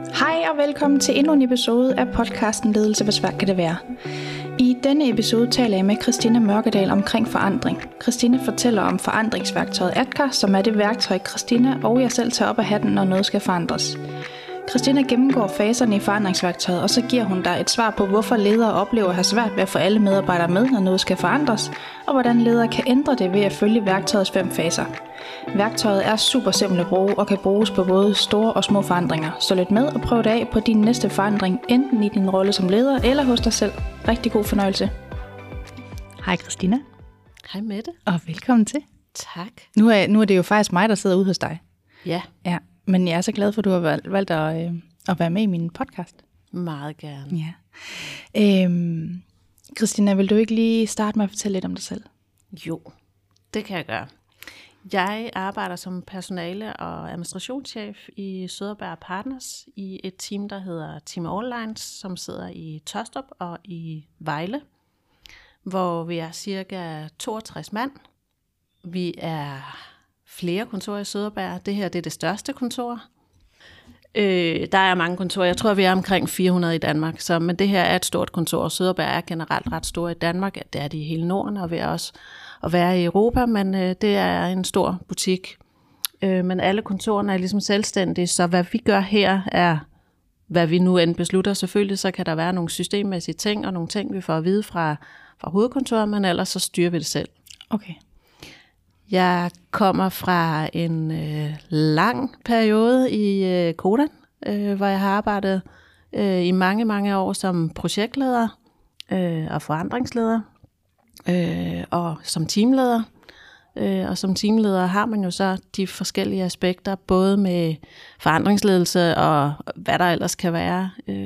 Hej og velkommen til endnu en episode af podcasten Ledelse, hvor svært kan det være. I denne episode taler jeg med Christina Mørkedal omkring forandring. Christina fortæller om forandringsværktøjet ADKAR, som er det værktøj, Christina og jeg selv tager op af hatten, når noget skal forandres. Christina gennemgår faserne i forandringsværktøjet, og så giver hun dig et svar på, hvorfor ledere oplever at have svært ved at få alle medarbejdere med, når noget skal forandres, og hvordan ledere kan ændre det ved at følge værktøjets 5 faser. Værktøjet er super simpelt at bruge og kan bruges på både store og små forandringer, så lyt med og prøv det af på din næste forandring, enten i din rolle som leder eller hos dig selv. Rigtig god fornøjelse. Hej Christina. Hej Mette. Og velkommen til. Tak. Nu er det jo faktisk mig, der sidder ude hos dig. Ja. Men jeg er så glad for, at du har valgt at være med i min podcast. Meget gerne. Ja. Christina, vil du ikke lige starte med at fortælle lidt om dig selv? Jo, det kan jeg gøre. Jeg arbejder som personale- og administrationschef i Søderberg Partners i et team, der hedder Team All-Lines, som sidder i Taastrup og i Vejle, hvor vi er cirka 62 mand. Vi er flere kontorer i Søderberg. Det her det er det største kontor. Der er mange kontorer. Jeg tror, vi er omkring 400 i Danmark. Men det her er et stort kontor. Søderberg er generelt ret stor i Danmark. Det er de i hele Norden og ved også at være i Europa, men det er en stor butik. Men alle kontorerne er ligesom selvstændige, så hvad vi gør her er, hvad vi nu end beslutter. Selvfølgelig så kan der være nogle systemmæssige ting og nogle ting, vi får at vide fra hovedkontoret, men ellers så styrer vi det selv. Okay. Jeg kommer fra en lang periode i Codan, hvor jeg har arbejdet i mange, mange år som projektleder og forandringsleder og som teamleder. Og som teamleder har man jo så de forskellige aspekter, både med forandringsledelse og hvad der ellers kan være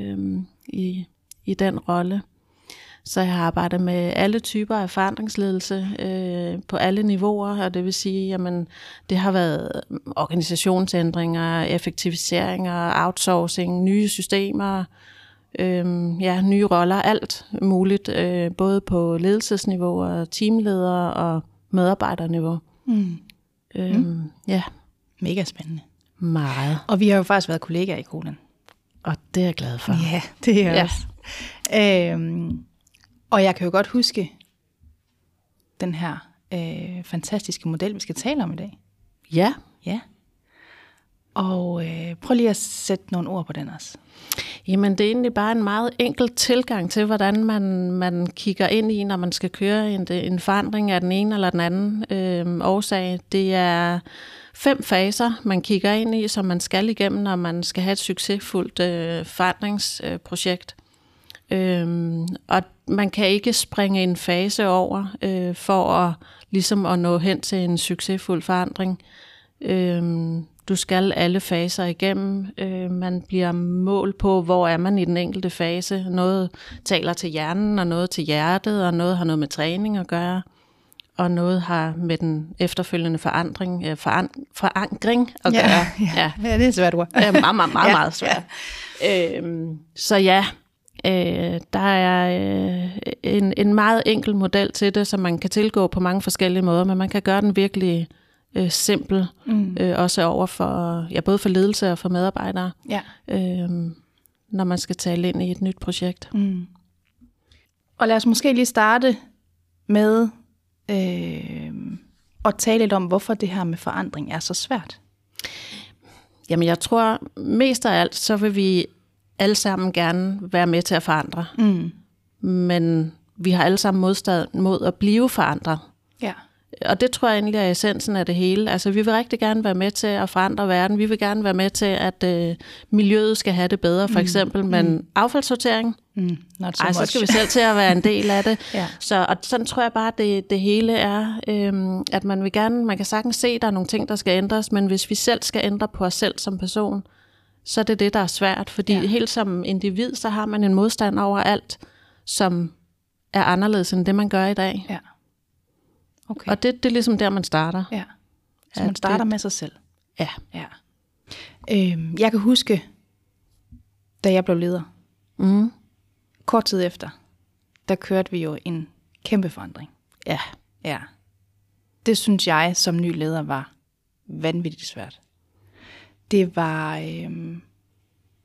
i den rolle. Så jeg har arbejdet med alle typer af forandringsledelse på alle niveauer, og det vil sige, jamen det har været organisationsændringer, effektiviseringer, outsourcing, nye systemer, nye roller, alt muligt, både på ledelsesniveau og teamleder og medarbejderniveau. Ja. Mega spændende. Meget. Og vi har jo faktisk været kollegaer i Codan. Og det er jeg glad for. Ja, det er jeg også. Og jeg kan jo godt huske den her fantastiske model, vi skal tale om i dag. Ja. Ja. Og prøv lige at sætte nogle ord på den også. Jamen, det er egentlig bare en meget enkel tilgang til, hvordan man kigger ind i, når man skal køre en forandring af den ene eller den anden årsag. Det er 5 faser, man kigger ind i, som man skal igennem, når man skal have et succesfuldt forandringsprojekt. Og man kan ikke springe en fase over for at nå hen til en succesfuld forandring. Du skal alle faser igennem. Man bliver målt på, hvor er man i den enkelte fase. Noget taler til hjernen, og noget til hjertet, og noget har noget med træning at gøre, og noget har med den efterfølgende forankring at gøre. Ja, det er et svært ord. Det er meget svært. Så ja, der er en meget enkel model til det, som man kan tilgå på mange forskellige måder, men man kan gøre den virkelig simpel, også over for, både for ledelse og for medarbejdere, når man skal tale ind i et nyt projekt. Og lad os måske lige starte med at tale lidt om, hvorfor det her med forandring er så svært. Jamen jeg tror, mest af alt, så vil vi alle sammen gerne være med til at forandre. Men vi har alle sammen modstand mod at blive forandret. Ja. Og det tror jeg egentlig er essensen af det hele. Altså vi vil rigtig gerne være med til at forandre verden. Vi vil gerne være med til, at miljøet skal have det bedre. For eksempel med affaldssortering. Så skal vi selv til at være en del af det. Og sådan tror jeg bare, at det hele er, at man kan sagtens se, at der er nogle ting, der skal ændres. Men hvis vi selv skal ændre på os selv som person, så er det, der er svært. Fordi helt som individ, så har man en modstand over alt, som er anderledes end det, man gør i dag. Ja. Okay. Og det er ligesom der, man starter. Ja. Så man starter med sig selv. Ja. Jeg kan huske, da jeg blev leder, kort tid efter, der kørte vi jo en kæmpe forandring. Ja. Det synes jeg som ny leder var vanvittigt svært. Det var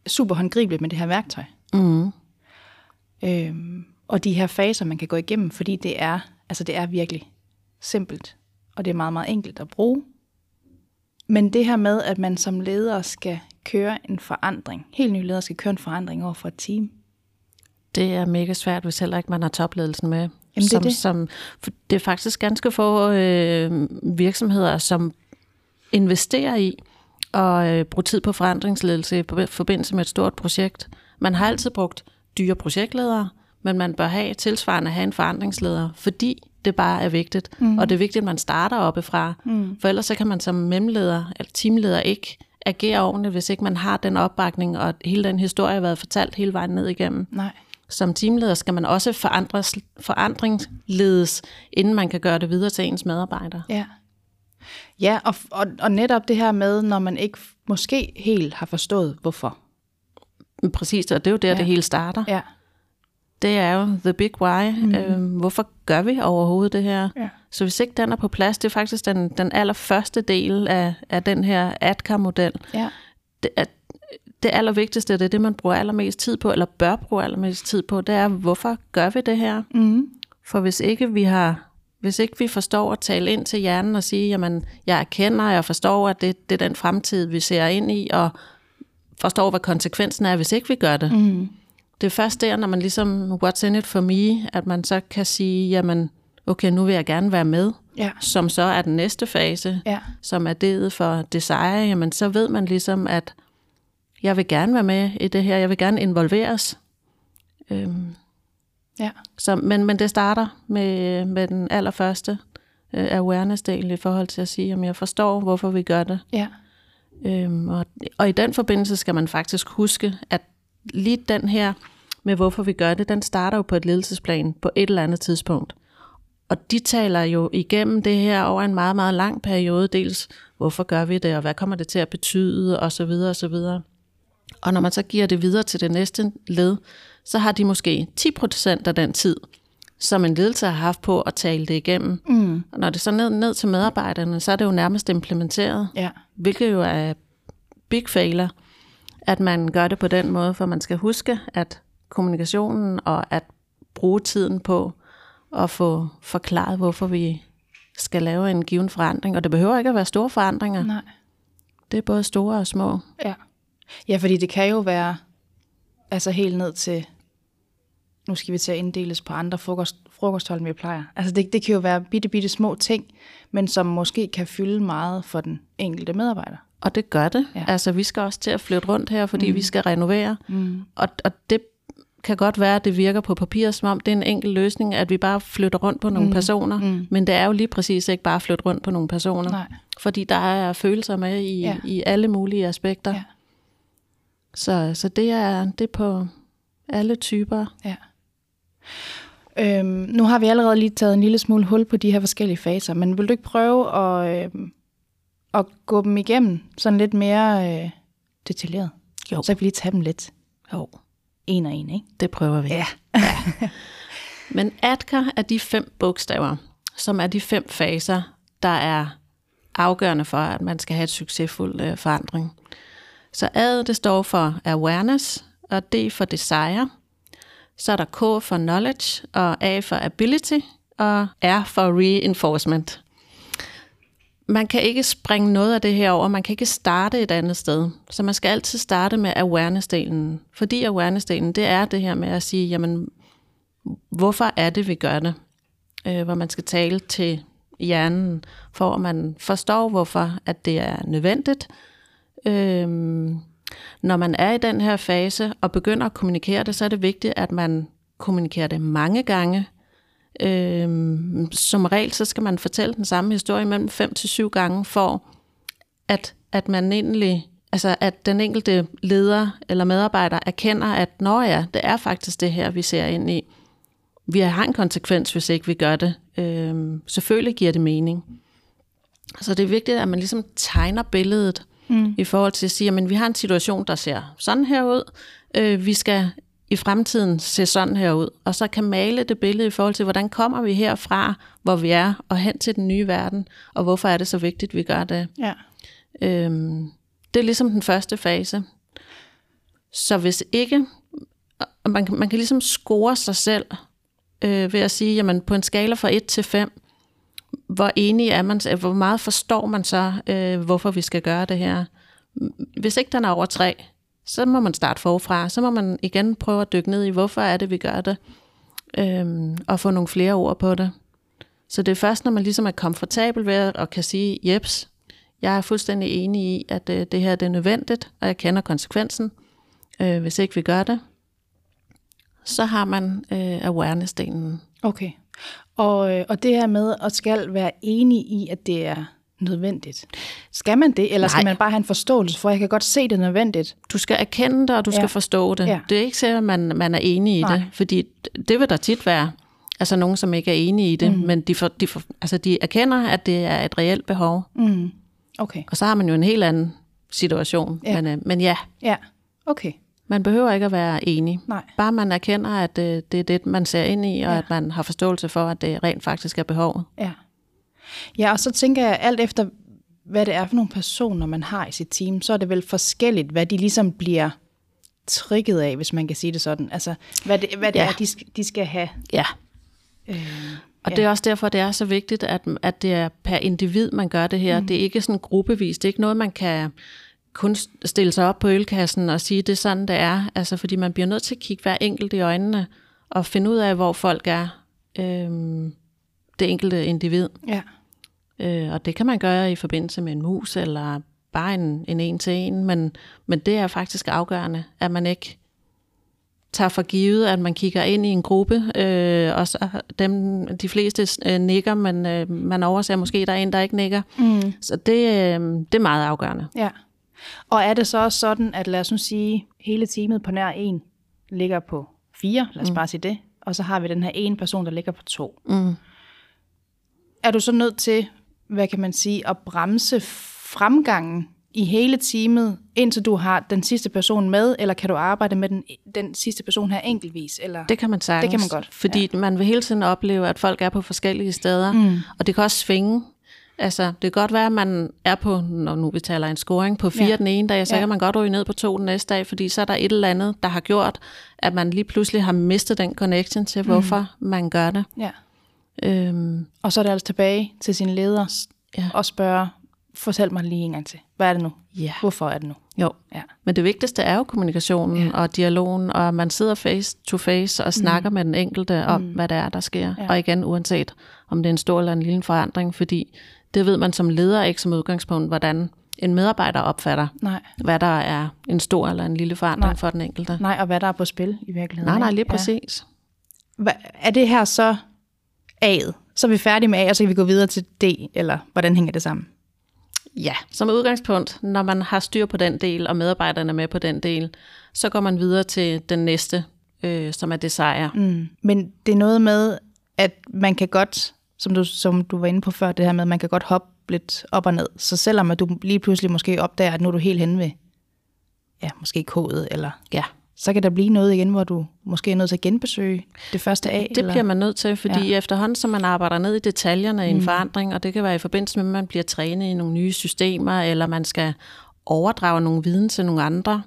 super håndgribeligt med det her værktøj. Mm. Og de her faser, man kan gå igennem, fordi det er virkelig simpelt, og det er meget, meget enkelt at bruge. Men det her med, at man som leder skal køre en forandring, helt ny leder skal køre en forandring over for et team. Det er mega svært, hvis heller ikke man har topledelsen med. Jamen, det er faktisk ganske få virksomheder, som investerer i at bruge tid på forandringsledelse i forbindelse med et stort projekt. Man har altid brugt dyre projektledere, men man bør have en forandringsleder, fordi det bare er vigtigt. Og det er vigtigt, at man starter oppefra. For ellers så kan man som mellemleder eller teamleder ikke agere ordentligt, hvis ikke man har den opbakning, og hele den historie har været fortalt hele vejen ned igennem. Nej. Som teamleder skal man også forandringsledes, inden man kan gøre det videre til ens medarbejdere. Ja, og netop det her med, når man ikke måske helt har forstået, hvorfor. Præcis, og det er jo der, det hele starter. Ja. Det er jo the big why. Hvorfor gør vi overhovedet det her? Ja. Så hvis ikke den er på plads, det er faktisk den allerførste del af den her ADKAR-model. Ja. Det allervigtigste, det er det, man bruger allermest tid på, eller bør bruge allermest tid på, det er, hvorfor gør vi det her? For hvis ikke vi forstår at tale ind til hjernen og sige, jamen, jeg erkender, og jeg forstår, at det er den fremtid, vi ser ind i, og forstår, hvad konsekvensen er, hvis ikke vi gør det. Det er først der, når man ligesom, what's in it for me, at man så kan sige, jamen, okay, nu vil jeg gerne være med, som så er den næste fase, som er det for desire, jamen, så ved man ligesom, at jeg vil gerne være med i det her, jeg vil gerne involveres. Men det starter med den allerførste awareness-del i forhold til at sige, om jeg forstår, hvorfor vi gør det. Ja. Og i den forbindelse skal man faktisk huske, at lige den her med, hvorfor vi gør det, den starter jo på et ledelsesplan på et eller andet tidspunkt. Og de taler jo igennem det her over en meget, meget lang periode, dels hvorfor gør vi det, og hvad kommer det til at betyde, og så videre, og så videre. Og når man så giver det videre til det næste led, så har de måske 10% af den tid, som en ledelse har haft på at tale det igennem. Og når det så ned til medarbejderne, så er det jo nærmest implementeret, hvilket jo er big failure, at man gør det på den måde, for man skal huske, at kommunikationen og at bruge tiden på at få forklaret, hvorfor vi skal lave en given forandring. Og det behøver ikke at være store forandringer. Nej. Det er både store og små. Ja, fordi det kan jo være altså helt ned til, nu skal vi til at inddeles på andre frokosthold, end vi plejer. Altså det kan jo være bitte små ting, men som måske kan fylde meget for den enkelte medarbejder. Og det gør det. Ja. Altså vi skal også til at flytte rundt her, fordi vi skal renovere. Og det kan godt være, at det virker på papir, som om det er en enkel løsning, at vi bare flytter rundt på nogle personer. Men det er jo lige præcis ikke bare at flytte rundt på nogle personer. Nej. Fordi der er følelser med i alle mulige aspekter. Ja. Så det er på alle typer. Ja. Nu har vi allerede lige taget en lille smule hul på de her forskellige faser, men vil du ikke prøve at gå dem igennem sådan lidt mere detaljeret? Jo. Så kan vi lige tage dem lidt. Jo. En og en, ikke? Det prøver vi. Ja. Men ADKAR er de 5 bogstaver, som er de 5 faser, der er afgørende for, at man skal have et succesfuld forandring. Så A, det står for awareness, og D for desire. Så er der K for knowledge, og A for ability, og R for reinforcement. Man kan ikke springe noget af det her over, man kan ikke starte et andet sted. Så man skal altid starte med awareness-delen. Fordi awareness-delen, det er det her med at sige, jamen, hvorfor er det, vi gør det? Hvor man skal tale til hjernen, for at man forstår, hvorfor at det er nødvendigt. Når man er i den her fase og begynder at kommunikere det, så er det vigtigt, at man kommunikerer det mange gange. Som regel, så skal man fortælle den samme historie mellem 5 til 7 gange, for at man egentlig, altså at den enkelte leder eller medarbejder erkender, at nå ja, det er faktisk det her, vi ser ind i. Vi har en konsekvens, hvis ikke vi gør det. Selvfølgelig giver det mening. Så det er vigtigt, at man ligesom tegner billedet i forhold til at sige, at vi har en situation, der ser sådan her ud. Vi skal i fremtiden se sådan her ud. Og så kan male det billede i forhold til, hvordan kommer vi herfra, hvor vi er, og hen til den nye verden. Og hvorfor er det så vigtigt, at vi gør det? Ja. Det er ligesom den første fase. Så hvis ikke, man kan ligesom score sig selv ved at sige, jamen på en skala fra 1 til 5, hvor enig er man, hvor meget forstår man så, hvorfor vi skal gøre det her. Hvis ikke den er over 3, så må man starte forfra. Så må man igen prøve at dykke ned i, hvorfor er det, vi gør det, og få nogle flere ord på det. Så det er først, når man ligesom er komfortabel ved at kan sige, jeps, jeg er fuldstændig enig i, at det her det er nødvendigt, og jeg kender konsekvensen, hvis ikke vi gør det, så har man awareness-delen. Okay. Og det her med at skal være enig i, at det er nødvendigt. Skal man det, eller skal man bare have en forståelse for, jeg kan godt se, det er nødvendigt? Du skal erkende det, og du skal forstå det. Ja. Det er ikke sikkert, at man er enig i det, fordi det vil der tit være. Altså nogen, som ikke er enige i det, men de erkender, at det er et reelt behov. Mm. Okay. Og så har man jo en helt anden situation. Ja. Men ja. Ja, okay. Man behøver ikke at være enig. Nej. Bare man erkender, at det er det, man ser ind i, og at man har forståelse for, at det rent faktisk er behovet. Ja. Ja, og så tænker jeg, alt efter, hvad det er for nogle personer, man har i sit team, så er det vel forskelligt, hvad de ligesom bliver trigget af, hvis man kan sige det sådan. Altså, hvad det er, de skal have. Ja. Og det er også derfor, det er så vigtigt, at det er per individ, man gør det her. Det er ikke sådan gruppevis. Det er ikke noget, man kan kun stille sig op på ølkassen og sige, det er sådan, det er. Altså, fordi man bliver nødt til at kigge hver enkelt i øjnene og finde ud af, hvor folk er. Det enkelte individ. Ja. Og det kan man gøre i forbindelse med en mus, eller bare en til en, men det er faktisk afgørende, at man ikke tager for givet, at man kigger ind i en gruppe, og så de fleste nikker, men man overser måske, at der er en, der ikke nikker. Så det er meget afgørende. Ja. Og er det så også sådan, at lad os nu sige, hele teamet på nær 1 ligger på 4, lad os bare sige det, og så har vi den her ene person, der ligger på 2. Er du så nødt til, hvad kan man sige, at bremse fremgangen i hele teamet, indtil du har den sidste person med, eller kan du arbejde med den sidste person her enkeltvis? Eller? Det kan man sagtens. Det kan man godt. Fordi man vil hele tiden opleve, at folk er på forskellige steder, og det kan også svinge. Altså, det kan godt være, at man er på, når nu vi taler en scoring, på 4 den ene dag, så kan man godt ryge ned på 2 den næste dag, fordi så er der et eller andet, der har gjort, at man lige pludselig har mistet den connection til, hvorfor man gør det. Ja. Og så er det altså tilbage til sin leder og spørge, fortæl mig lige en gang til. Hvad er det nu? Ja. Hvorfor er det nu? Jo, men det vigtigste er jo kommunikationen og dialogen, og man sidder face to face og snakker med den enkelte om, hvad det er, der sker. Og igen, uanset om det er en stor eller en lille forandring, fordi det ved man som leder ikke som udgangspunkt, hvordan en medarbejder opfatter, hvad der er en stor eller en lille forandring for den enkelte. Nej, og hvad der er på spil i virkeligheden. Nej, lige præcis. Er det her så A'et? Så er vi færdige med A, og så kan vi gå videre til D, eller hvordan hænger det sammen? Ja, som udgangspunkt, når man har styr på den del, og medarbejderne er med på den del, så går man videre til den næste, som er desire. Men det er noget med, at man kan godt, som du var inde på før, det her med, at man kan godt hoppe lidt op og ned. Så selvom at du lige pludselig måske opdager, at nu er du helt henne ved, måske kodet, eller så kan der blive noget igen, hvor du måske er nødt til at genbesøge det første A. Det bliver man nødt til, fordi efterhånden, så man arbejder ned i detaljerne i en forandring, og det kan være i forbindelse med, at man bliver trænet i nogle nye systemer, eller man skal overdrage nogle viden til nogle andre,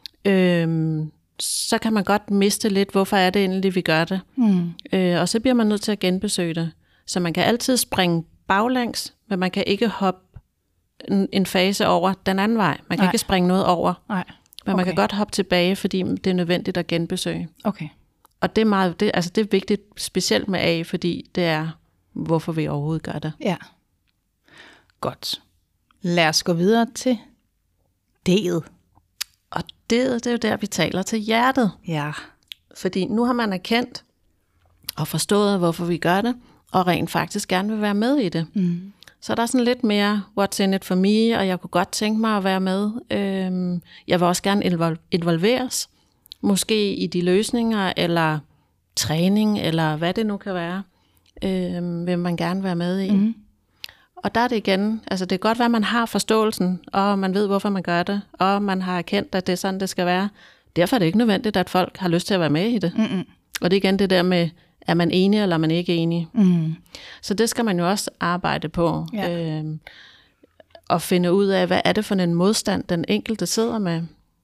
så kan man godt miste lidt, hvorfor er det egentlig, vi gør det. Og så bliver man nødt til at genbesøge det. Så man kan altid springe baglæns, men man kan ikke hoppe en fase over den anden vej. Man kan ikke springe noget over. Men man kan godt hoppe tilbage, fordi det er nødvendigt at genbesøge. Okay. Og det er meget, det er vigtigt, specielt med A, fordi det er, hvorfor vi overhovedet gør det. Ja. Godt. Lad os gå videre til D'et. Og det er jo der, vi taler til hjertet. Ja. Fordi nu har man erkendt og forstået, hvorfor vi gør det, og rent faktisk gerne vil være med i det. Så der er sådan lidt mere what's in it for me, og jeg kunne godt tænke mig at være med. Jeg vil også gerne involveres, måske i de løsninger, eller træning, eller hvad det nu kan være, vil man gerne være med i. Og der er det igen, altså det kan godt være, at man har forståelsen, og man ved, hvorfor man gør det, og man har erkendt, at det er sådan, det skal være. Derfor er det ikke nødvendigt, at folk har lyst til at være med i det. Og det er igen det der med, er man enig, eller er man ikke enig? Så det skal man jo også arbejde på. Og finde ud af, hvad er det for en modstand, den enkelte sidder med.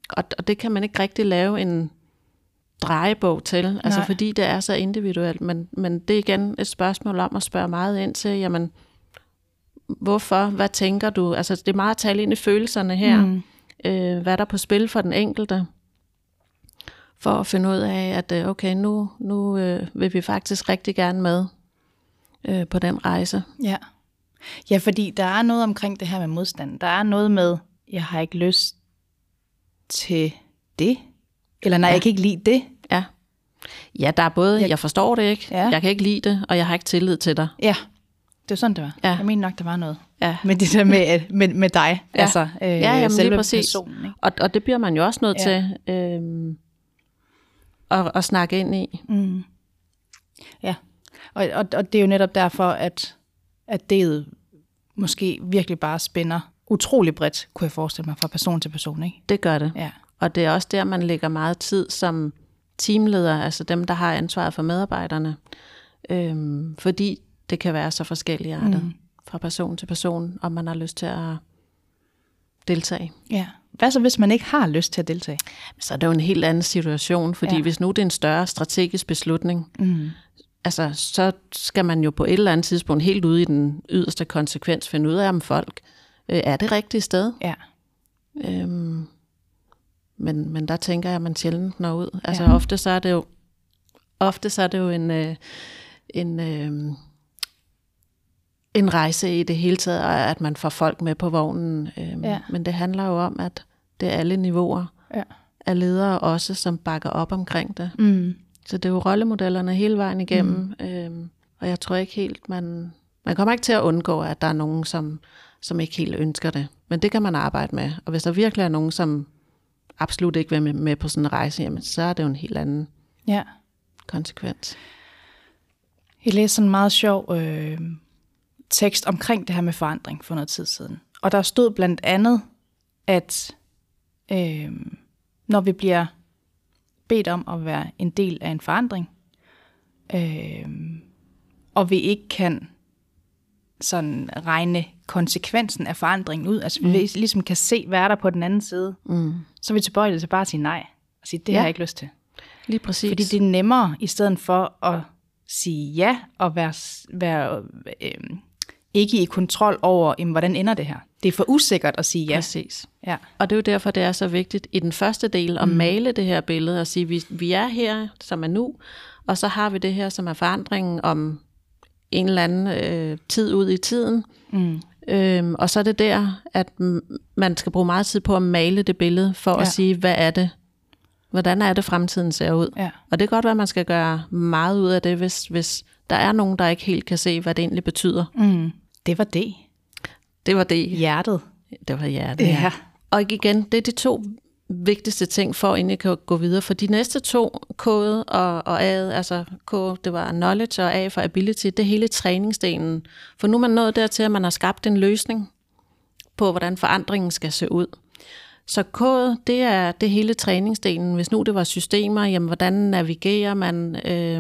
Og det kan man ikke rigtig lave en drejebog til, altså fordi det er så individuelt, men det er igen et spørgsmål om at spørge meget ind til, jamen, hvorfor, hvad tænker du? Altså det er meget at tale ind i følelserne her, hvad der er på spil for den enkelte, for at finde ud af, at okay, nu vil vi faktisk rigtig gerne med på den rejse. Ja, fordi der er noget omkring det her med modstand. Der er noget med, jeg har ikke lyst til det, eller nej, jeg kan ikke lide det. Ja, der er både, jeg forstår det ikke, jeg kan ikke lide det, og jeg har ikke tillid til dig. Ja, det er sådan, det var. Jeg mener nok, der var noget med det der med dig, altså jamen, selve personen. Ikke? Og det bliver man jo også nødt til at snakke ind i. Ja, og det er jo netop derfor, at det måske virkelig bare spænder utrolig bredt, kunne jeg forestille mig, fra person til person, ikke? Det gør det. Ja. Og det er også der, man lægger meget tid som teamleder, altså dem, der har ansvaret for medarbejderne. Fordi det kan være så forskelligartet fra person til person, om man har lyst til at deltage. Ja. Hvad så, hvis man ikke har lyst til at deltage? Så er det jo en helt anden situation, fordi hvis nu det er en større strategisk beslutning, altså, så skal man jo på et eller andet tidspunkt helt ude i den yderste konsekvens finde ud af, om folk er det rigtige sted. Ja. Men der tænker jeg, at man sjældent når ud. Altså ofte så er det jo en rejse i det hele taget, og at man får folk med på vognen. Men det handler jo om, at det er alle niveauer af ledere også, som bakker op omkring det. Så det er jo rollemodellerne hele vejen igennem. Og jeg tror ikke helt, man kommer ikke til at undgå, at der er nogen, som ikke helt ønsker det. Men det kan man arbejde med. Og hvis der virkelig er nogen, som absolut ikke vil med på sådan en rejse, jamen, så er det jo en helt anden konsekvens. Jeg læste sådan en meget sjov tekst omkring det her med forandring for noget tid siden. Og der stod blandt andet, at når vi bliver bedt om at være en del af en forandring, og vi ikke kan sådan regne konsekvensen af forandringen ud, altså vi ligesom kan se, hvad er der på den anden side, så er vi tilbøjelige til bare at sige nej, og sige, det har jeg ikke lyst til. Lige præcis. Fordi det er nemmere, i stedet for at sige ja, og være ikke i kontrol over, hvordan ender det her. Det er for usikkert at sige ja. Præcis. Ja. Og det er jo derfor, det er så vigtigt i den første del at male det her billede og sige, vi er her, som er nu, og så har vi det her, som er forandringen om en eller anden tid ud i tiden. Og så er det der, at man skal bruge meget tid på at male det billede, for at sige, hvad er det? Hvordan er det, fremtiden ser ud? Ja. Og det er godt være, at man skal gøre meget ud af det, hvis der er nogen, der ikke helt kan se, hvad det egentlig betyder. Det var det. Det var det. Hjertet. Det var hjertet, ja. Og igen, det er de to vigtigste ting, for at egentlig kan gå videre. For de næste to, K'et og A'et, altså K, det var knowledge, og A for ability, det er hele træningsdelen. For nu er man nået dertil, at man har skabt en løsning på, hvordan forandringen skal se ud. Så K'et, det er hele træningsdelen. Hvis nu det var systemer, jamen hvordan navigerer man,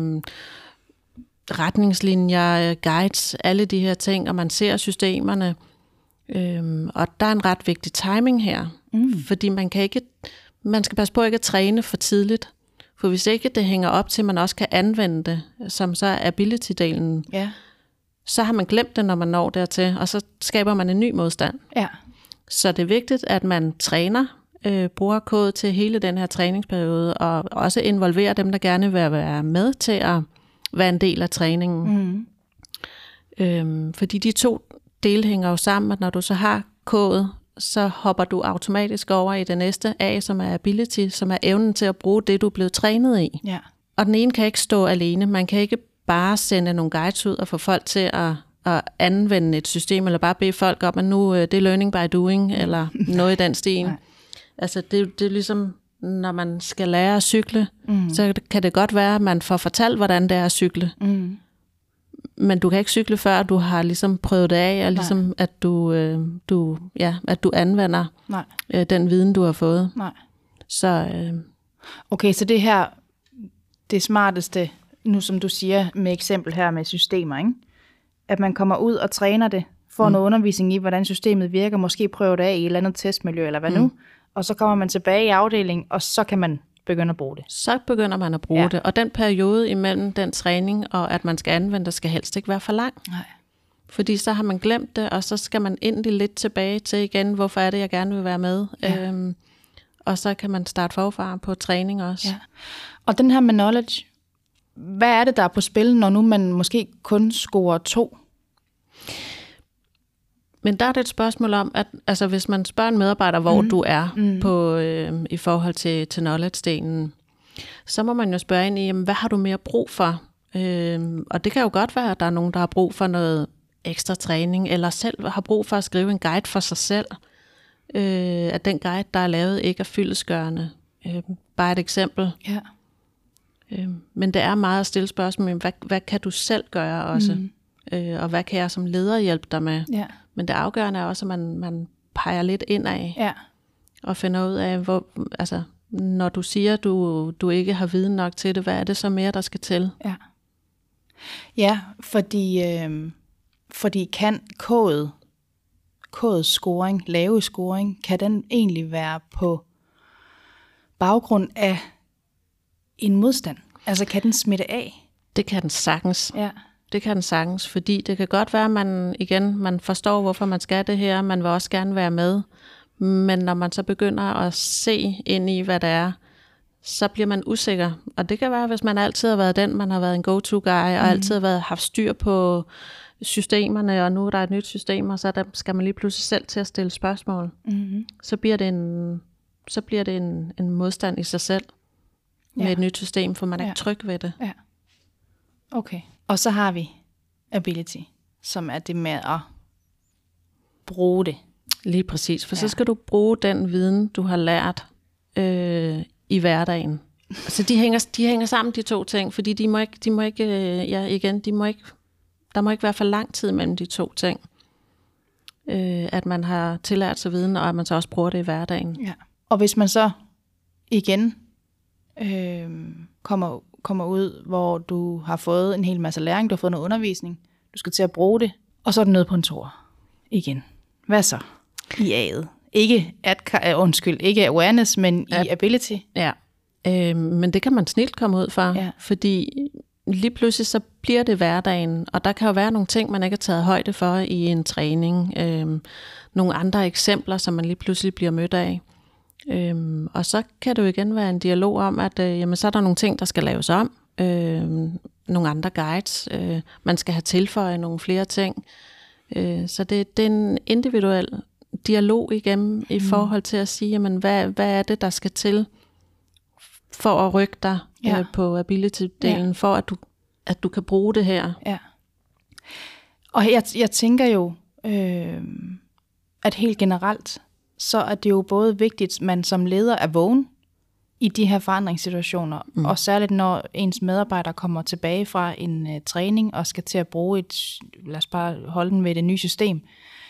retningslinjer, guides, alle de her ting, og man ser systemerne. Og der er en ret vigtig timing her, fordi man skal passe på ikke at træne for tidligt, for hvis ikke det hænger op til, at man også kan anvende det, som så er ability-delen, så har man glemt det, når man når dertil, og så skaber man en ny modstand. Ja. Så det er vigtigt, at man træner, bruger kode til hele den her træningsperiode, og også involverer dem, der gerne vil være med til at være en del af træningen. Fordi de to dele hænger jo sammen, at når du så har kode, så hopper du automatisk over i det næste A, som er ability, som er evnen til at bruge det, du er blevet trænet i. Ja. Og den ene kan ikke stå alene. Man kan ikke bare sende nogle guides ud og få folk til at anvende et system, eller bare bede folk om, at nu det er learning by doing, eller noget i den stil. Altså det er ligesom, når man skal lære at cykle, så kan det godt være, at man får fortalt, hvordan det er at cykle. Men du kan ikke cykle, før du har ligesom prøvet det af, og ligesom at du anvender den viden, du har fået. Nej. Så, okay, så det her, det smarteste, nu som du siger med eksempel her med systemer, ikke? At man kommer ud og træner det, får noget undervisning i, hvordan systemet virker, måske prøver det af i et eller andet testmiljø, eller hvad nu, og så kommer man tilbage i afdelingen, og så kan man begynde at bruge det. Så begynder man at bruge det, og den periode imellem den træning og at man skal anvende det, skal helst ikke være for lang. Nej. Fordi så har man glemt det, og så skal man endelig lidt tilbage til igen, hvorfor er det, jeg gerne vil være med. Ja. Og så kan man starte forfra på træning også. Ja. Og den her med knowledge, hvad er det, der er på spil, når nu man måske kun scorer 2? Men der er det et spørgsmål om, at altså, hvis man spørger en medarbejder, hvor du er på, i forhold til knowledge-delen, så må man jo spørge ind i, jamen, hvad har du mere brug for? Og det kan jo godt være, at der er nogen, der har brug for noget ekstra træning, eller selv har brug for at skrive en guide for sig selv. At den guide, der er lavet, ikke er fyldestgørende. Bare et eksempel. Ja. Men det er meget at stille spørgsmål, hvad kan du selv gøre også? Og hvad kan jeg som leder hjælpe dig med? Ja. Men det afgørende er også, at man peger lidt indad. Ja. Og finder ud af, hvor, altså, når du siger, at du ikke har viden nok til det, hvad er det så mere, der skal til? Ja, ja, fordi kan kodets scoring, lave scoring, kan den egentlig være på baggrund af en modstand? Altså kan den smitte af? Det kan den sagtens. Ja. Det kan den sagtens, fordi det kan godt være, at man forstår, hvorfor man skal det her, man vil også gerne være med, men når man så begynder at se ind i, hvad det er, så bliver man usikker. Og det kan være, hvis man altid har været den, man har været en go-to-guy, og altid har haft styr på systemerne, og nu er der et nyt system, og så skal man lige pludselig selv til at stille spørgsmål. Mm-hmm. Så bliver det en modstand i sig selv med et nyt system, for man er ikke tryg ved det. Ja. Okay. Og så har vi ability, som er det med at bruge det. Lige præcis, for så skal du bruge den viden, du har lært i hverdagen. Altså de hænger sammen, de to ting, fordi der må ikke være for lang tid mellem de to ting. At man har tillært sig viden, og at man så også bruger det i hverdagen. Ja. Og hvis man så igen kommer ud, hvor du har fået en hel masse læring, du har fået noget undervisning, du skal til at bruge det, og så er du nede på en toer igen. Hvad så? I A'et. Ikke awareness, men i ability. Ja, men det kan man snilt komme ud fra, fordi lige pludselig så bliver det hverdagen, og der kan jo være nogle ting, man ikke har taget højde for i en træning. Nogle andre eksempler, som man lige pludselig bliver mødt af. Og så kan det jo igen være en dialog om, at jamen, så er der nogle ting, der skal laves om. Nogle andre guides. Man skal have tilføjet nogle flere ting. Så det er en individuel dialog igennem i forhold til at sige, jamen, hvad er det, der skal til for at rykke dig på ability-delen, for at du kan bruge det her. Ja. Og jeg tænker jo, at helt generelt, så er det jo både vigtigt, at man som leder er vågen i de her forandringssituationer, og særligt når ens medarbejdere kommer tilbage fra en træning og skal til at bruge lad os bare holde den ved det nye system,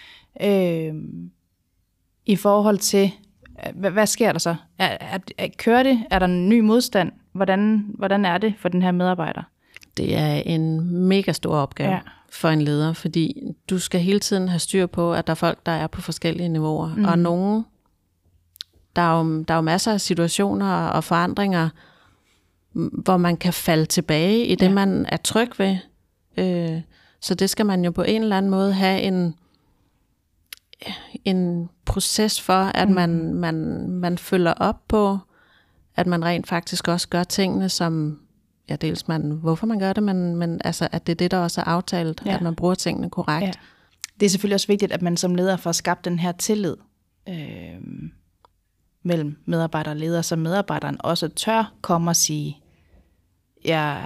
i forhold til, hvad sker der så? Kører det? Er der en ny modstand? Hvordan er det for den her medarbejder? Det er en mega stor opgave for en leder, fordi du skal hele tiden have styr på, at der er folk, der er på forskellige niveauer. Og nogen, der er jo masser af situationer og forandringer, hvor man kan falde tilbage i det, man er tryg ved. Så det skal man jo på en eller anden måde have en proces for, at man følger op på, at man rent faktisk også gør tingene, som dels hvorfor man gør det, men altså, at det er det, der også er aftalt, at man bruger tingene korrekt. Ja. Det er selvfølgelig også vigtigt, at man som leder får skabt den her tillid mellem medarbejder og leder, så medarbejderen også tør komme og sige, ja.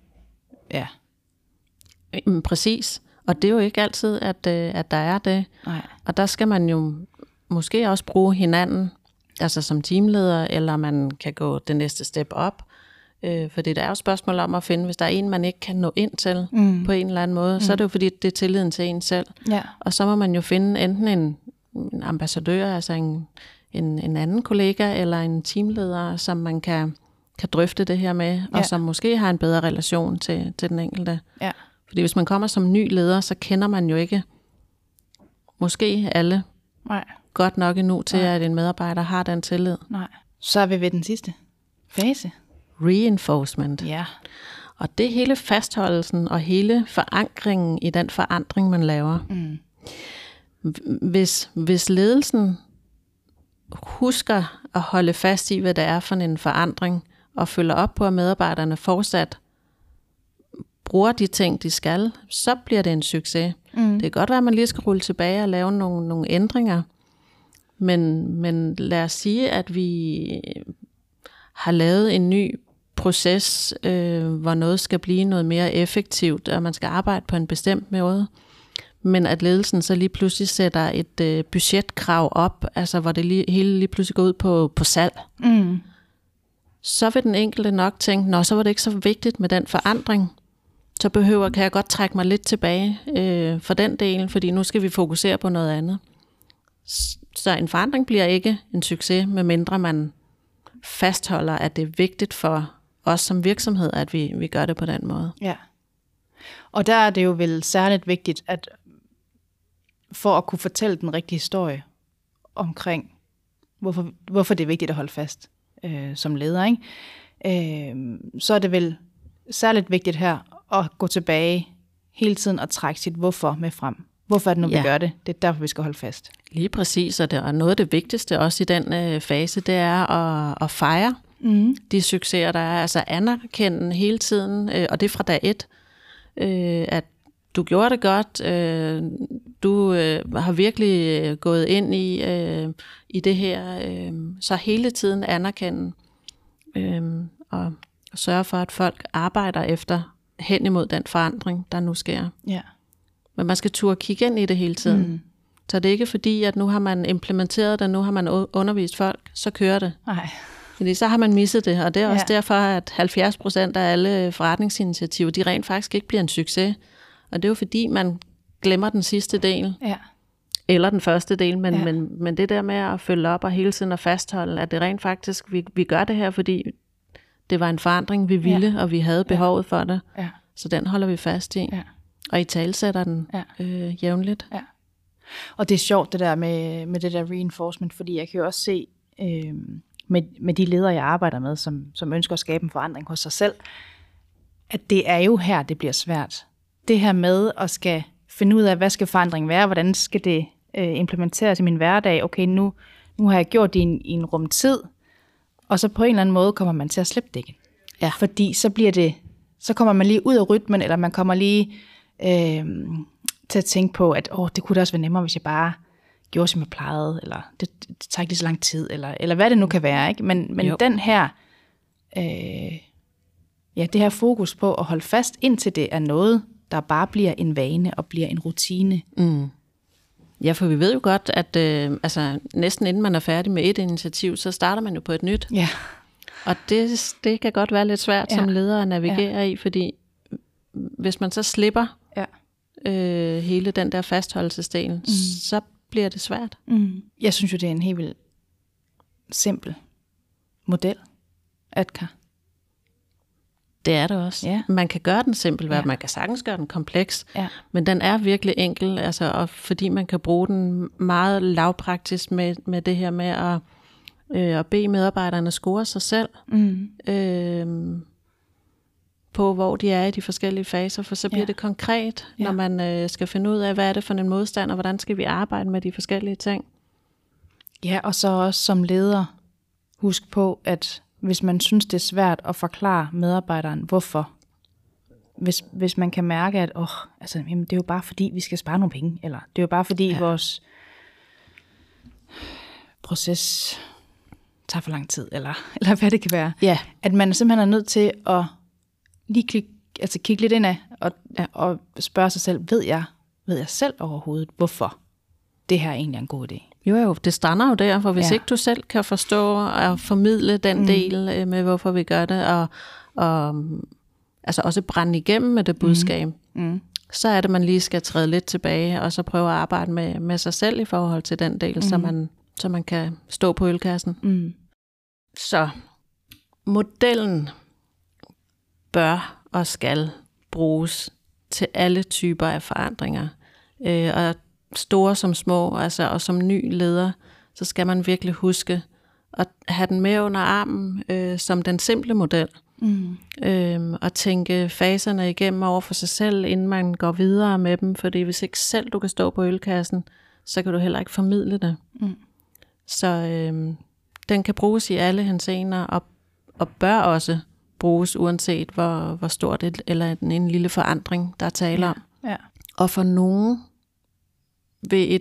Præcis. Og det er jo ikke altid, at der er det. Nej. Og der skal man jo måske også bruge hinanden, altså som teamleder, eller man kan gå det næste step op. Fordi der er jo spørgsmål om at finde, hvis der er en, man ikke kan nå ind til på en eller anden måde, så er det jo fordi, det er tilliden til en selv. Ja. Og så må man jo finde enten en ambassadør, altså en anden kollega, eller en teamleder, som man kan drøfte det her med, og som måske har en bedre relation til den enkelte. Ja. Fordi hvis man kommer som ny leder, så kender man jo ikke måske alle godt nok endnu til, at en medarbejder har den tillid. Nej. Så er vi ved den sidste fase. Reinforcement. Ja. Og det er hele fastholdelsen og hele forankringen i den forandring, man laver. Hvis ledelsen husker at holde fast i, hvad det er for en forandring, og følger op på, at medarbejderne fortsat bruger de ting, de skal, så bliver det en succes. Det kan godt være, at man lige skal rulle tilbage og lave nogle ændringer, men lad os sige, at vi har lavet en ny proces, hvor noget skal blive noget mere effektivt, og man skal arbejde på en bestemt måde, men at ledelsen så lige pludselig sætter et budgetkrav op, altså hvor det hele lige pludselig går ud på salg. Så vil den enkelte nok tænke, nå, så var det ikke så vigtigt med den forandring. Så kan jeg godt trække mig lidt tilbage for den del, fordi nu skal vi fokusere på noget andet. Så en forandring bliver ikke en succes, medmindre man fastholder, at det er vigtigt for os som virksomhed, at vi gør det på den måde. Ja. Og der er det jo vel særligt vigtigt, at for at kunne fortælle den rigtige historie omkring, hvorfor det er vigtigt at holde fast som leder, ikke? Så er det vel særligt vigtigt her at gå tilbage hele tiden og trække sit hvorfor med frem. Hvorfor er det nu, vi gør det? Det er derfor, vi skal holde fast. Lige præcis, og noget af det vigtigste også i den fase, det er at fejre de succeser, der er. Altså anerkende hele tiden, og det er fra dag 1, at du gjorde det godt, du har virkelig gået ind i det her, så hele tiden anerkende og sørge for, at folk arbejder efter hen imod den forandring, der nu sker. Ja. Men man skal turde kigge ind i det hele tiden. Så det er ikke fordi, at nu har man implementeret det, nu har man undervist folk, så kører det. Nej. Fordi så har man misset det, og det er også derfor, at 70% af alle forretningsinitiativer, de rent faktisk ikke bliver en succes. Og det er jo fordi, man glemmer den sidste del. Ja. Eller den første del, men det der med at følge op og hele tiden at fastholde, at det rent faktisk, vi gør det her, fordi det var en forandring, vi ville, og vi havde behovet for det. Ja. Så den holder vi fast i. Ja. Og i talsætter den jævnligt. Ja. Og det er sjovt det der med det der reinforcement, fordi jeg kan jo også se med de ledere, jeg arbejder med, som ønsker at skabe en forandring hos sig selv, at det er jo her, det bliver svært. Det her med at skal finde ud af, hvad skal forandringen være, hvordan skal det implementeres i min hverdag. Okay, nu har jeg gjort det i en rum tid, og så på en eller anden måde kommer man til at slippe det igen. Ja. Fordi så kommer man lige ud af rytmen, eller man kommer lige til at tænke på, at det kunne da også være nemmere, hvis jeg bare gjorde, som jeg plejede, eller det tager ikke lige så lang tid, eller hvad det nu kan være, ikke? Men den her, det her fokus på at holde fast, indtil det er noget, der bare bliver en vane og bliver en rutine. Ja, for vi ved jo godt, at næsten inden man er færdig med et initiativ, så starter man jo på et nyt. Ja. Og det kan godt være lidt svært som leder at navigere i, fordi hvis man så slipper hele den der fastholdelsesdel, så bliver det svært. Jeg synes jo, det er en helt vildt simpel model, Atka. Det er det også. Ja. Man kan gøre den simpel, man kan sagtens gøre den kompleks, men den er virkelig enkel, og fordi man kan bruge den meget lavpraktisk med det her med at bede medarbejderne score sig selv på, hvor de er i de forskellige faser, for så bliver det konkret, når man skal finde ud af, hvad er det for en modstand, og hvordan skal vi arbejde med de forskellige ting. Ja, og så også som leder, husk på, at hvis man synes, det er svært at forklare medarbejderen, hvorfor. Hvis man kan mærke, at jamen, det er jo bare fordi, vi skal spare nogle penge, eller det er jo bare fordi, vores proces tager for lang tid, eller hvad det kan være. Ja. At man simpelthen er nødt til at lige kigge lidt indad og spørge sig selv, ved jeg selv overhovedet, hvorfor det her egentlig er en god idé? Jo, det strander jo der, for hvis ikke du selv kan forstå og formidle den del med, hvorfor vi gør det, og altså også brænde igennem med det budskab, så er det, man lige skal træde lidt tilbage, og så prøve at arbejde med sig selv i forhold til den del, så man kan stå på ølkassen. Så modellen bør og skal bruges til alle typer af forandringer, og store som små, og som ny leder, så skal man virkelig huske at have den med under armen som den simple model. Og tænke faserne igennem over for sig selv, inden man går videre med dem. Fordi hvis ikke selv du kan stå på ølkassen, så kan du heller ikke formidle det. Så den kan bruges i alle henseender, og bør også bruges uanset hvor stort eller en lille forandring, der er tale om. Ja. Og for nogen vil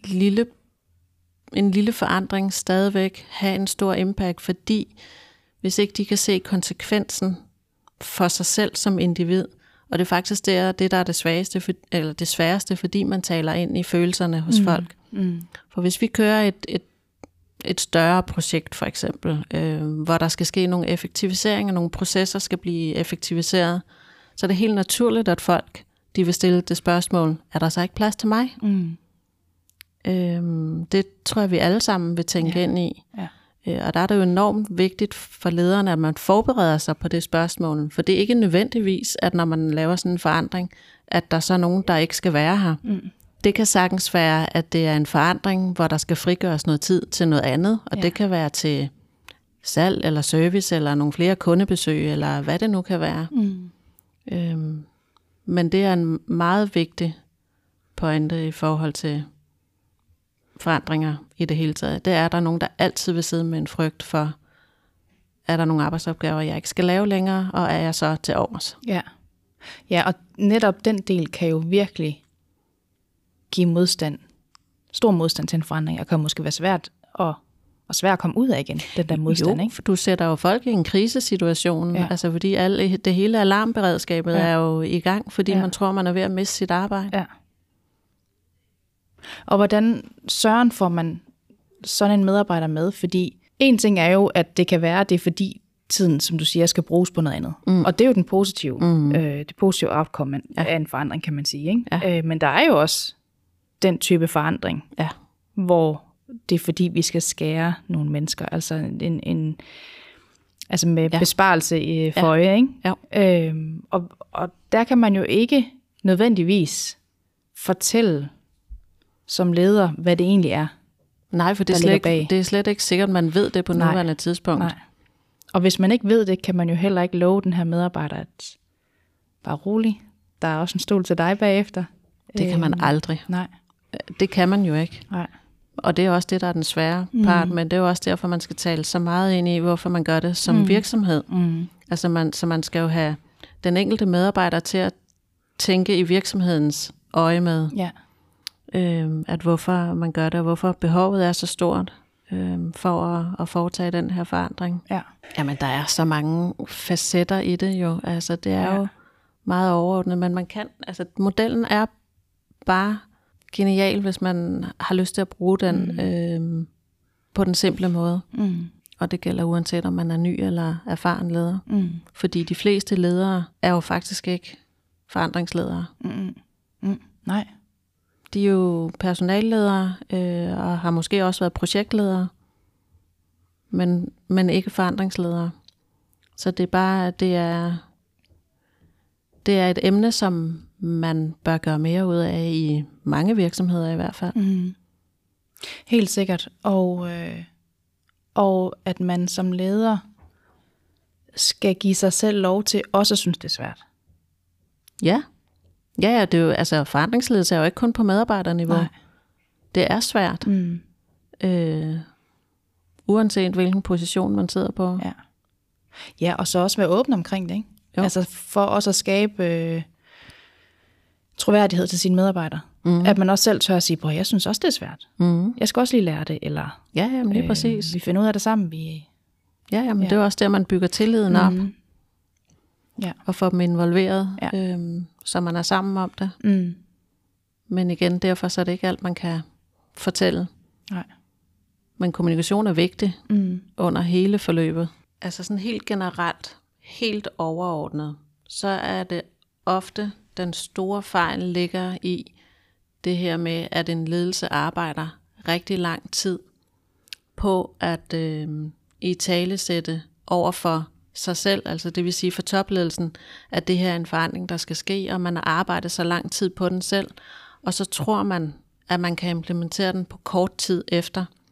en lille forandring stadigvæk have en stor impact, fordi hvis ikke de kan se konsekvensen for sig selv som individ, og det er faktisk det der er det sværeste, fordi man taler ind i følelserne hos folk. For hvis vi kører et større projekt for eksempel, hvor der skal ske nogle effektiviseringer, nogle processer skal blive effektiviseret, så er det helt naturligt, at folk de vil stille det spørgsmål, er der så ikke plads til mig? Det tror jeg, vi alle sammen vil tænke ind i. Ja. Og der er det jo enormt vigtigt for lederne, at man forbereder sig på det spørgsmål. For det er ikke nødvendigvis, at når man laver sådan en forandring, at der så er nogen, der ikke skal være her. Det kan sagtens være, at det er en forandring, hvor der skal frigøres noget tid til noget andet. Og det kan være til salg eller service, eller nogle flere kundebesøg, eller hvad det nu kan være. Men det er en meget vigtig pointe i forhold til forandringer i det hele taget. Det er der nogen, der altid vil sidde med en frygt for, er der nogle arbejdsopgaver, jeg ikke skal lave længere, og er jeg så til overs? Ja, og netop den del kan jo virkelig give modstand, stor modstand til en forandring, og kan måske være svært at komme ud af igen, den der modstand. Jo, ikke? For du sætter jo folk i en krisesituation, altså fordi det hele alarmberedskabet er jo i gang, fordi man tror, man er ved at miste sit arbejde. Ja. Og hvordan får man sådan en medarbejder med? Fordi en ting er jo, at det kan være, at det er fordi tiden, som du siger, skal bruges på noget andet. Og det er jo den positive, det positive outcome af en forandring, kan man sige. Ikke? Ja. Men der er jo også den type forandring, hvor det er fordi, vi skal skære nogle mennesker. Altså altså med besparelse for øje. Ikke? Ja. Og der kan man jo ikke nødvendigvis fortælle som leder, hvad det egentlig er. Nej, for det er slet ikke sikkert, man ved det på nuværende tidspunkt. Nej. Og hvis man ikke ved det, kan man jo heller ikke love den her medarbejder, at bare rolig, der er også en stol til dig bagefter. Det kan man aldrig. Nej. Det kan man jo ikke. Nej. Og det er også det, der er den svære part, men det er jo også derfor, man skal tale så meget ind i, hvorfor man gør det som virksomhed. Altså så man skal jo have den enkelte medarbejder til at tænke i virksomhedens øje med. Ja. At hvorfor man gør det, og hvorfor behovet er så stort for at foretage den her forandring. Ja. Jamen, der er så mange facetter i det jo. Altså, det er jo meget overordnet, men man kan, altså modellen er bare genial, hvis man har lyst til at bruge den på den simple måde. Og det gælder uanset om man er ny eller erfaren leder. Fordi de fleste ledere er jo faktisk ikke forandringsledere. Nej. De er jo personalledere, og har måske også været projektledere, men ikke forandringsledere. Så det er bare, det er et emne, som man bør gøre mere ud af i mange virksomheder i hvert fald. Helt sikkert. Og at man som leder skal give sig selv lov til også at synes, det er svært. Ja. Ja, det er jo, altså forandringsledelse er jo ikke kun på medarbejderniveau. Nej. Det er svært. Uanset hvilken position man sidder på. Ja, og så også være åben omkring det, ikke? Altså for også at skabe troværdighed til sine medarbejdere. At man også selv tør at sige, jeg synes også, det er svært. Jeg skal også lige lære det, eller jamen, det er præcis. Vi finder ud af det sammen. Det er også der, man bygger tilliden op. Og får dem involveret, så man er sammen om det. Men igen, derfor så er det ikke alt, man kan fortælle. Nej. Men kommunikation er vigtig under hele forløbet. Altså sådan helt generelt, helt overordnet, så er det ofte den store fejl ligger i det her med, at en ledelse arbejder rigtig lang tid på at italesætte over for sig selv, altså det vil sige for topledelsen, at det her er en forandring, der skal ske, og man har arbejdet så lang tid på den selv, og så tror man, at man kan implementere den på kort tid efter.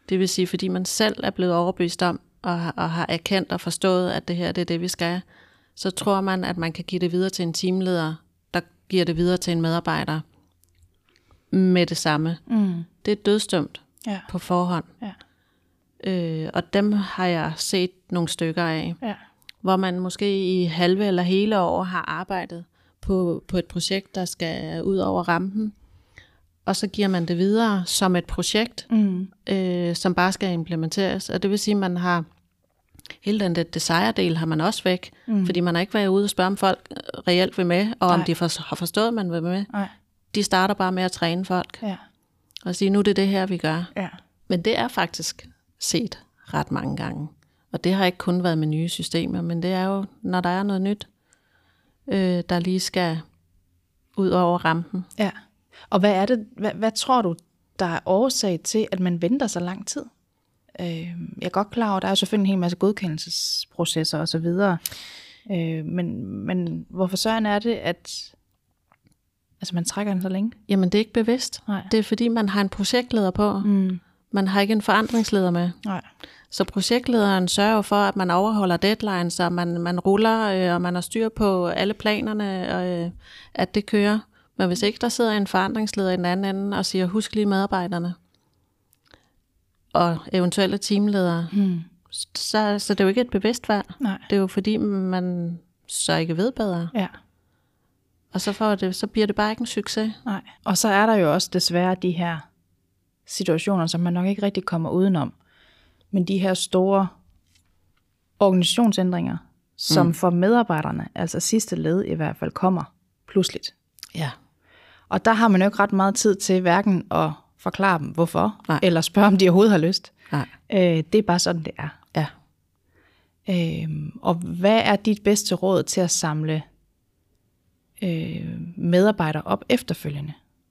Det vil sige, fordi man selv er blevet overbevist om, og har erkendt og forstået, at det her det er det, vi skal, så tror man, at man kan give det videre til en teamleder, der giver det videre til en medarbejder med det samme. Det er dødsdømt på forhånd. Og dem har jeg set nogle stykker af, hvor man måske i halve eller hele år har arbejdet på et projekt, der skal ud over rampen, og så giver man det videre som et projekt, som bare skal implementeres. Og det vil sige, at man har hele den desire-del har man også væk, fordi man har ikke været ude og spørge, om folk reelt vil med, og om de har forstået, at man vil med. Nej. De starter bare med at træne folk, og sige, nu er det her, vi gør. Ja. Men det er faktisk set ret mange gange. Og det har ikke kun været med nye systemer, men det er jo, når der er noget nyt, der lige skal ud over rampen. Ja. Og hvad tror du, der er årsag til, at man venter så lang tid? Jeg er godt klar over, at der er selvfølgelig en hel masse godkendelsesprocesser og så videre. Men hvorfor søren er det, at man trækker den så længe? Jamen det er ikke bevidst. Nej. Det er fordi, man har en projektleder på. Man har ikke en forandringsleder med. Nej. Så projektlederen sørger for, at man overholder deadlines, og man ruller, og man har styr på alle planerne, og at det kører. Men hvis ikke der sidder en forandringsleder i den anden ende og siger, husk lige medarbejderne, og eventuelle teamledere, så det er jo ikke et bevidst valg. Nej. Det er jo fordi, man så ikke ved bedre. Ja. Og så bliver det bare ikke en succes. Nej. Og så er der jo også desværre de her situationer, som man nok ikke rigtig kommer udenom. Men de her store organisationsændringer, som for medarbejderne, altså sidste led i hvert fald, kommer pludseligt. Ja. Og der har man jo ikke ret meget tid til hverken at forklare dem, hvorfor, eller spørge, om de overhovedet har lyst. Nej. Det er bare sådan, det er. Ja. Og hvad er dit bedste råd til at samle medarbejdere op efterfølgende?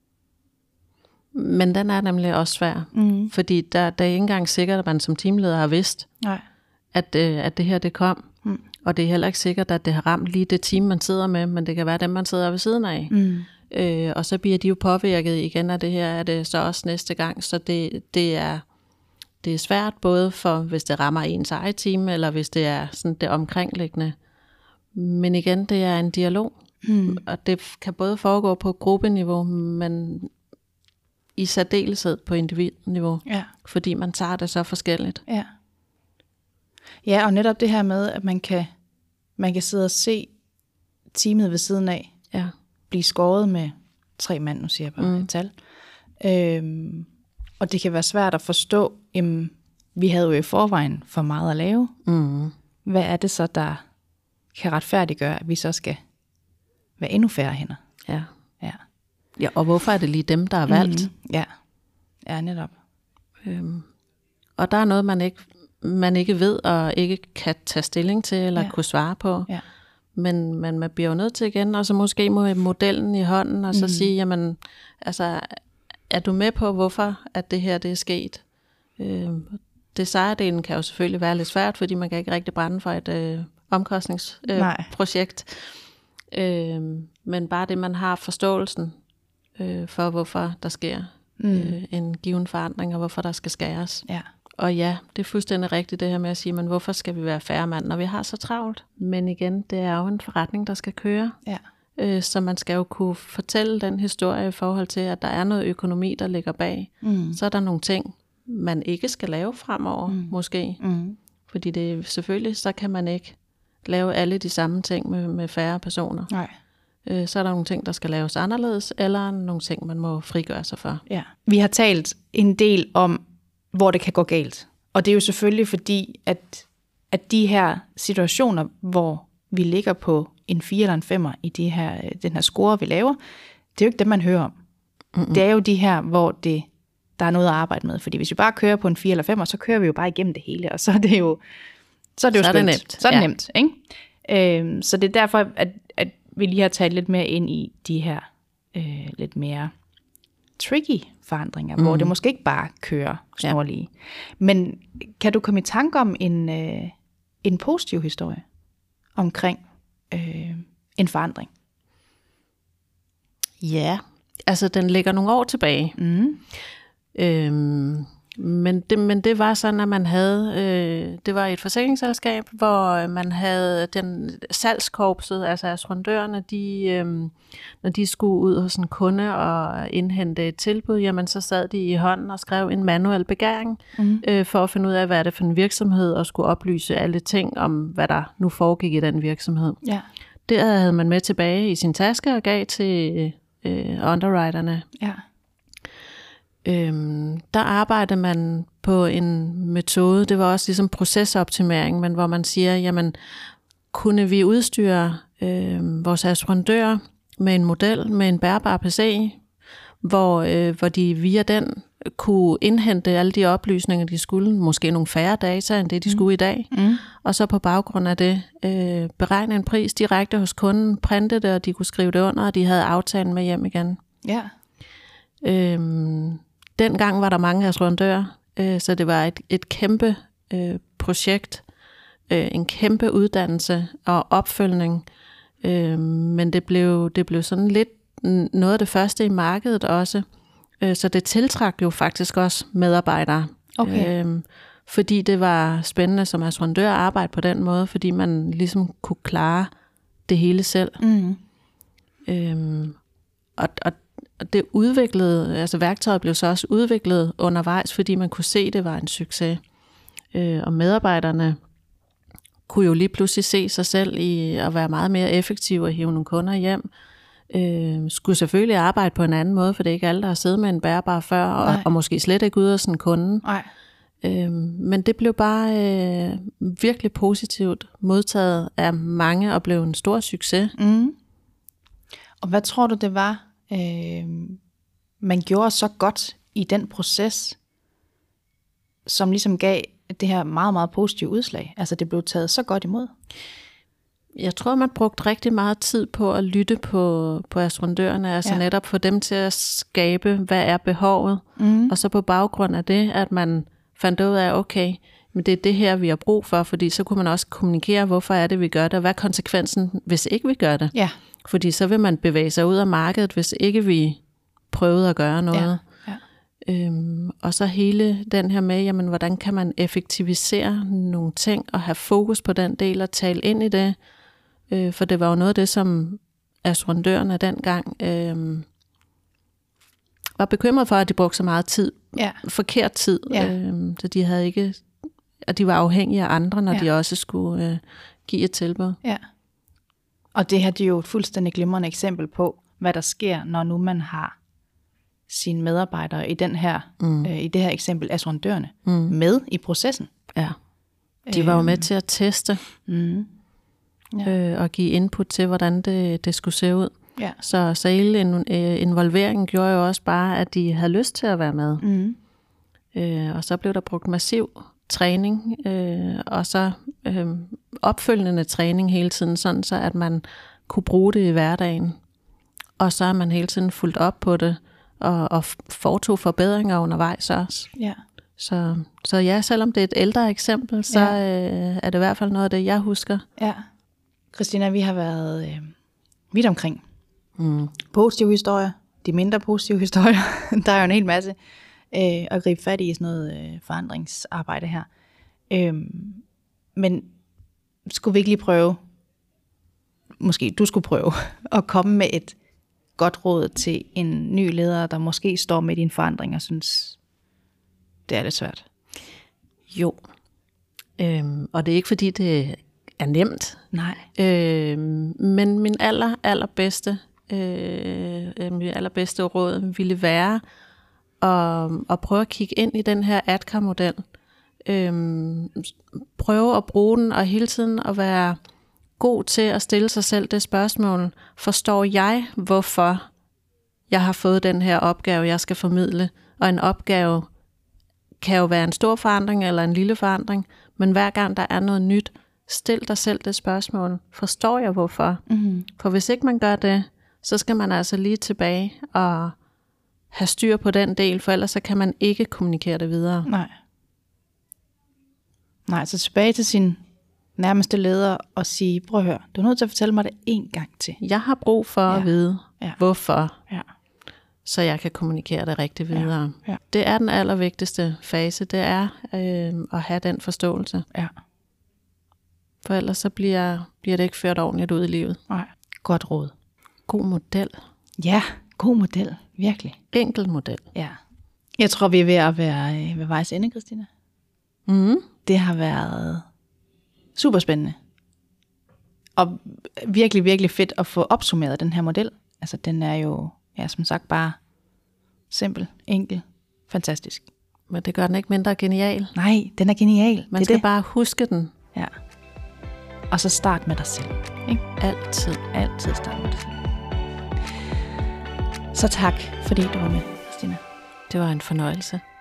Men den er nemlig også svær, fordi der er ikke engang sikkert, at man som teamleder har vidst, at det her det kom. Og det er heller ikke sikkert, at det har ramt lige det team, man sidder med, men det kan være dem, man sidder ved siden af. Og så bliver de jo påvirket igen af det her, er det så også næste gang. Så det er svært både for, hvis det rammer ens eget team, eller hvis det er sådan det omkringliggende. Men igen, det er en dialog. Og det kan både foregå på gruppeniveau, men i særdeleshed på individniveau, fordi man tager det så forskelligt. Ja, og netop det her med, at man kan sidde og se teamet ved siden af, blive skåret med 3 mand, nu siger jeg bare et tal. Og det kan være svært at forstå, vi havde jo i forvejen for meget at lave. Hvad er det så, der kan retfærdiggøre, at vi så skal være endnu færre hænder? Ja, og hvorfor er det lige dem, der er valgt? Ja, netop. Og der er noget, man ikke ved, og ikke kan tage stilling til, eller kunne svare på. Ja. Men man bliver jo nødt til igen, og så måske med modellen i hånden, og så sige, jamen, altså, er du med på, hvorfor at det her det er sket? Desire-delen kan jo selvfølgelig være lidt svært, fordi man kan ikke rigtig brænde for et omkostningsprojekt. Men bare det, man har forståelsen for, hvorfor der sker en given forandring, og hvorfor der skal skæres. Ja. Og ja, det er fuldstændig rigtigt det her med at sige, men hvorfor skal vi være færre mand, når vi har så travlt? Men igen, det er jo en forretning, der skal køre. Ja. Så man skal jo kunne fortælle den historie i forhold til, at der er noget økonomi, der ligger bag. Så er der nogle ting, man ikke skal lave fremover, måske. Fordi det selvfølgelig, så kan man ikke lave alle de samme ting med færre personer. Nej. Så er der nogle ting, der skal laves anderledes, eller nogle ting, man må frigøre sig for. Ja. Vi har talt en del om, hvor det kan gå galt. Og det er jo selvfølgelig fordi, at de her situationer, hvor vi ligger på en 4 eller en 5 i den her score, vi laver, det er jo ikke det, man hører om. Det er jo de her, hvor der er noget at arbejde med. Fordi hvis vi bare kører på en 4 eller 5, så kører vi jo bare igennem det hele, og så er det jo nemt. Så er det nemt, ikke? Så det er derfor, at vi lige har talt lidt mere ind i de her lidt mere tricky forandringer, hvor det måske ikke bare kører snorlige. Men kan du komme i tanke om en positiv historie omkring en forandring? Ja, altså den ligger nogle år tilbage. Men det var sådan, at man havde, det var et forsikringsselskab, hvor man havde den salgskorpset, altså assurandørerne, når de skulle ud hos en kunde og indhente et tilbud, jamen så sad de i hånden og skrev en manuel begæring, for at finde ud af, hvad er det for en virksomhed, og skulle oplyse alle ting om, hvad der nu foregik i den virksomhed. Ja. Det havde man med tilbage i sin taske og gav til underwriterne. Ja. Der arbejdede man på en metode, det var også ligesom procesoptimering, men hvor man siger, jamen, kunne vi udstyre vores assurandører med en model, med en bærbar PC, hvor de via den kunne indhente alle de oplysninger, de skulle, måske nogle færre data, end det de skulle i dag, og så på baggrund af det beregne en pris direkte hos kunden, printe det, og de kunne skrive det under, og de havde aftalen med hjem igen. Ja. Dengang var der mange assurandører, så det var et kæmpe projekt, en kæmpe uddannelse og opfølgning, men det blev sådan lidt noget af det første i markedet også, så det tiltrak jo faktisk også medarbejdere, fordi det var spændende som assurandør at arbejde på den måde, fordi man ligesom kunne klare det hele selv. Og det udviklede, altså værktøjet blev så også udviklet undervejs, fordi man kunne se, at det var en succes. Og medarbejderne kunne jo lige pludselig se sig selv i at være meget mere effektive og hive nogle kunder hjem. Skulle selvfølgelig arbejde på en anden måde, for det er ikke alle, der har siddet med en bærbar før, og måske slet ikke ude af sådan en kunde. Men det blev bare virkelig positivt modtaget af mange og blev en stor succes. Og hvad tror du, det var, man gjorde så godt i den proces, som ligesom gav det her meget, meget positive udslag? Altså det blev taget så godt imod. Jeg tror, man brugte rigtig meget tid på at lytte på assurandørerne, altså netop få dem til at skabe, hvad er behovet, og så på baggrund af det, at man fandt ud af, okay, men det er det her, vi har brug for, fordi så kunne man også kommunikere, hvorfor er det, vi gør det, og hvad er konsekvensen, hvis ikke vi gør det. Ja. Fordi så vil man bevæge sig ud af markedet, hvis ikke vi prøvede at gøre noget. Og så hele den her med, jamen, hvordan kan man effektivisere nogle ting, og have fokus på den del, og tale ind i det. For det var jo noget af det, som assurandørerne dengang var bekymret for, at de brugte så meget tid. Forkert tid. Så de havde ikke, og de var afhængige af andre, når de også skulle give et tilbud. Ja. Og det her, det er jo et fuldstændig glimrende eksempel på, hvad der sker, når nu man har sine medarbejdere i den her, i det her eksempel, assurandørerne, med i processen. Ja. De var jo med til at teste og give input til, hvordan det skulle se ud. Ja. Så hele involveringen gjorde jo også bare, at de havde lyst til at være med. Og så blev der brugt massiv træning, og så opfølgende træning hele tiden, sådan så at man kunne bruge det i hverdagen. Og så er man hele tiden fulgt op på det, og foretog forbedringer undervejs også. Ja. Så ja, selvom det er et ældre eksempel, så er det i hvert fald noget af det, jeg husker. Ja. Christina, vi har været vidt omkring. Positive historier, de mindre positive historier. Der er jo en hel masse at gribe fat i sådan noget forandringsarbejde her. Men skulle vi ikke lige prøve, måske du skulle prøve, at komme med et godt råd til en ny leder, der måske står med din forandring og synes, det er lidt svært? Jo. Og det er ikke fordi, det er nemt. Nej. Men min allerbedste råd ville være at prøve at kigge ind i den her ADKAR-model. Prøve at bruge den, og hele tiden at være god til at stille sig selv det spørgsmål. Forstår jeg, hvorfor jeg har fået den her opgave, jeg skal formidle? Og en opgave kan jo være en stor forandring eller en lille forandring, men hver gang der er noget nyt, stil dig selv det spørgsmål. Forstår jeg, hvorfor? For hvis ikke man gør det, så skal man altså lige tilbage og have styr på den del, for ellers så kan man ikke kommunikere det videre. Nej, så tilbage til sin nærmeste leder og sige, prøv at høre, du er nødt til at fortælle mig det en gang til. Jeg har brug for at vide, hvorfor. Ja. så jeg kan kommunikere det rigtigt videre. Ja. Det er den allervigtigste fase, det er at have den forståelse. Ja. For ellers så bliver det ikke ført ordentligt ud i livet. Nej. Godt råd. God model. Ja, god model. Virkelig. Enkel model. Ja. Jeg tror, vi er ved at være ved vejs ende, Christina. Mm. Det har været super spændende. Og virkelig, virkelig fedt at få opsummeret den her model. Altså, den er jo, ja, som sagt, bare simpel, enkel, fantastisk. Men det gør den ikke mindre genial. Nej, den er genial. Man skal bare huske den. Ja. Og så start med dig selv. Ikke? Altid. Altid start med dig selv. Så tak, fordi du var med, Christina. Det var en fornøjelse.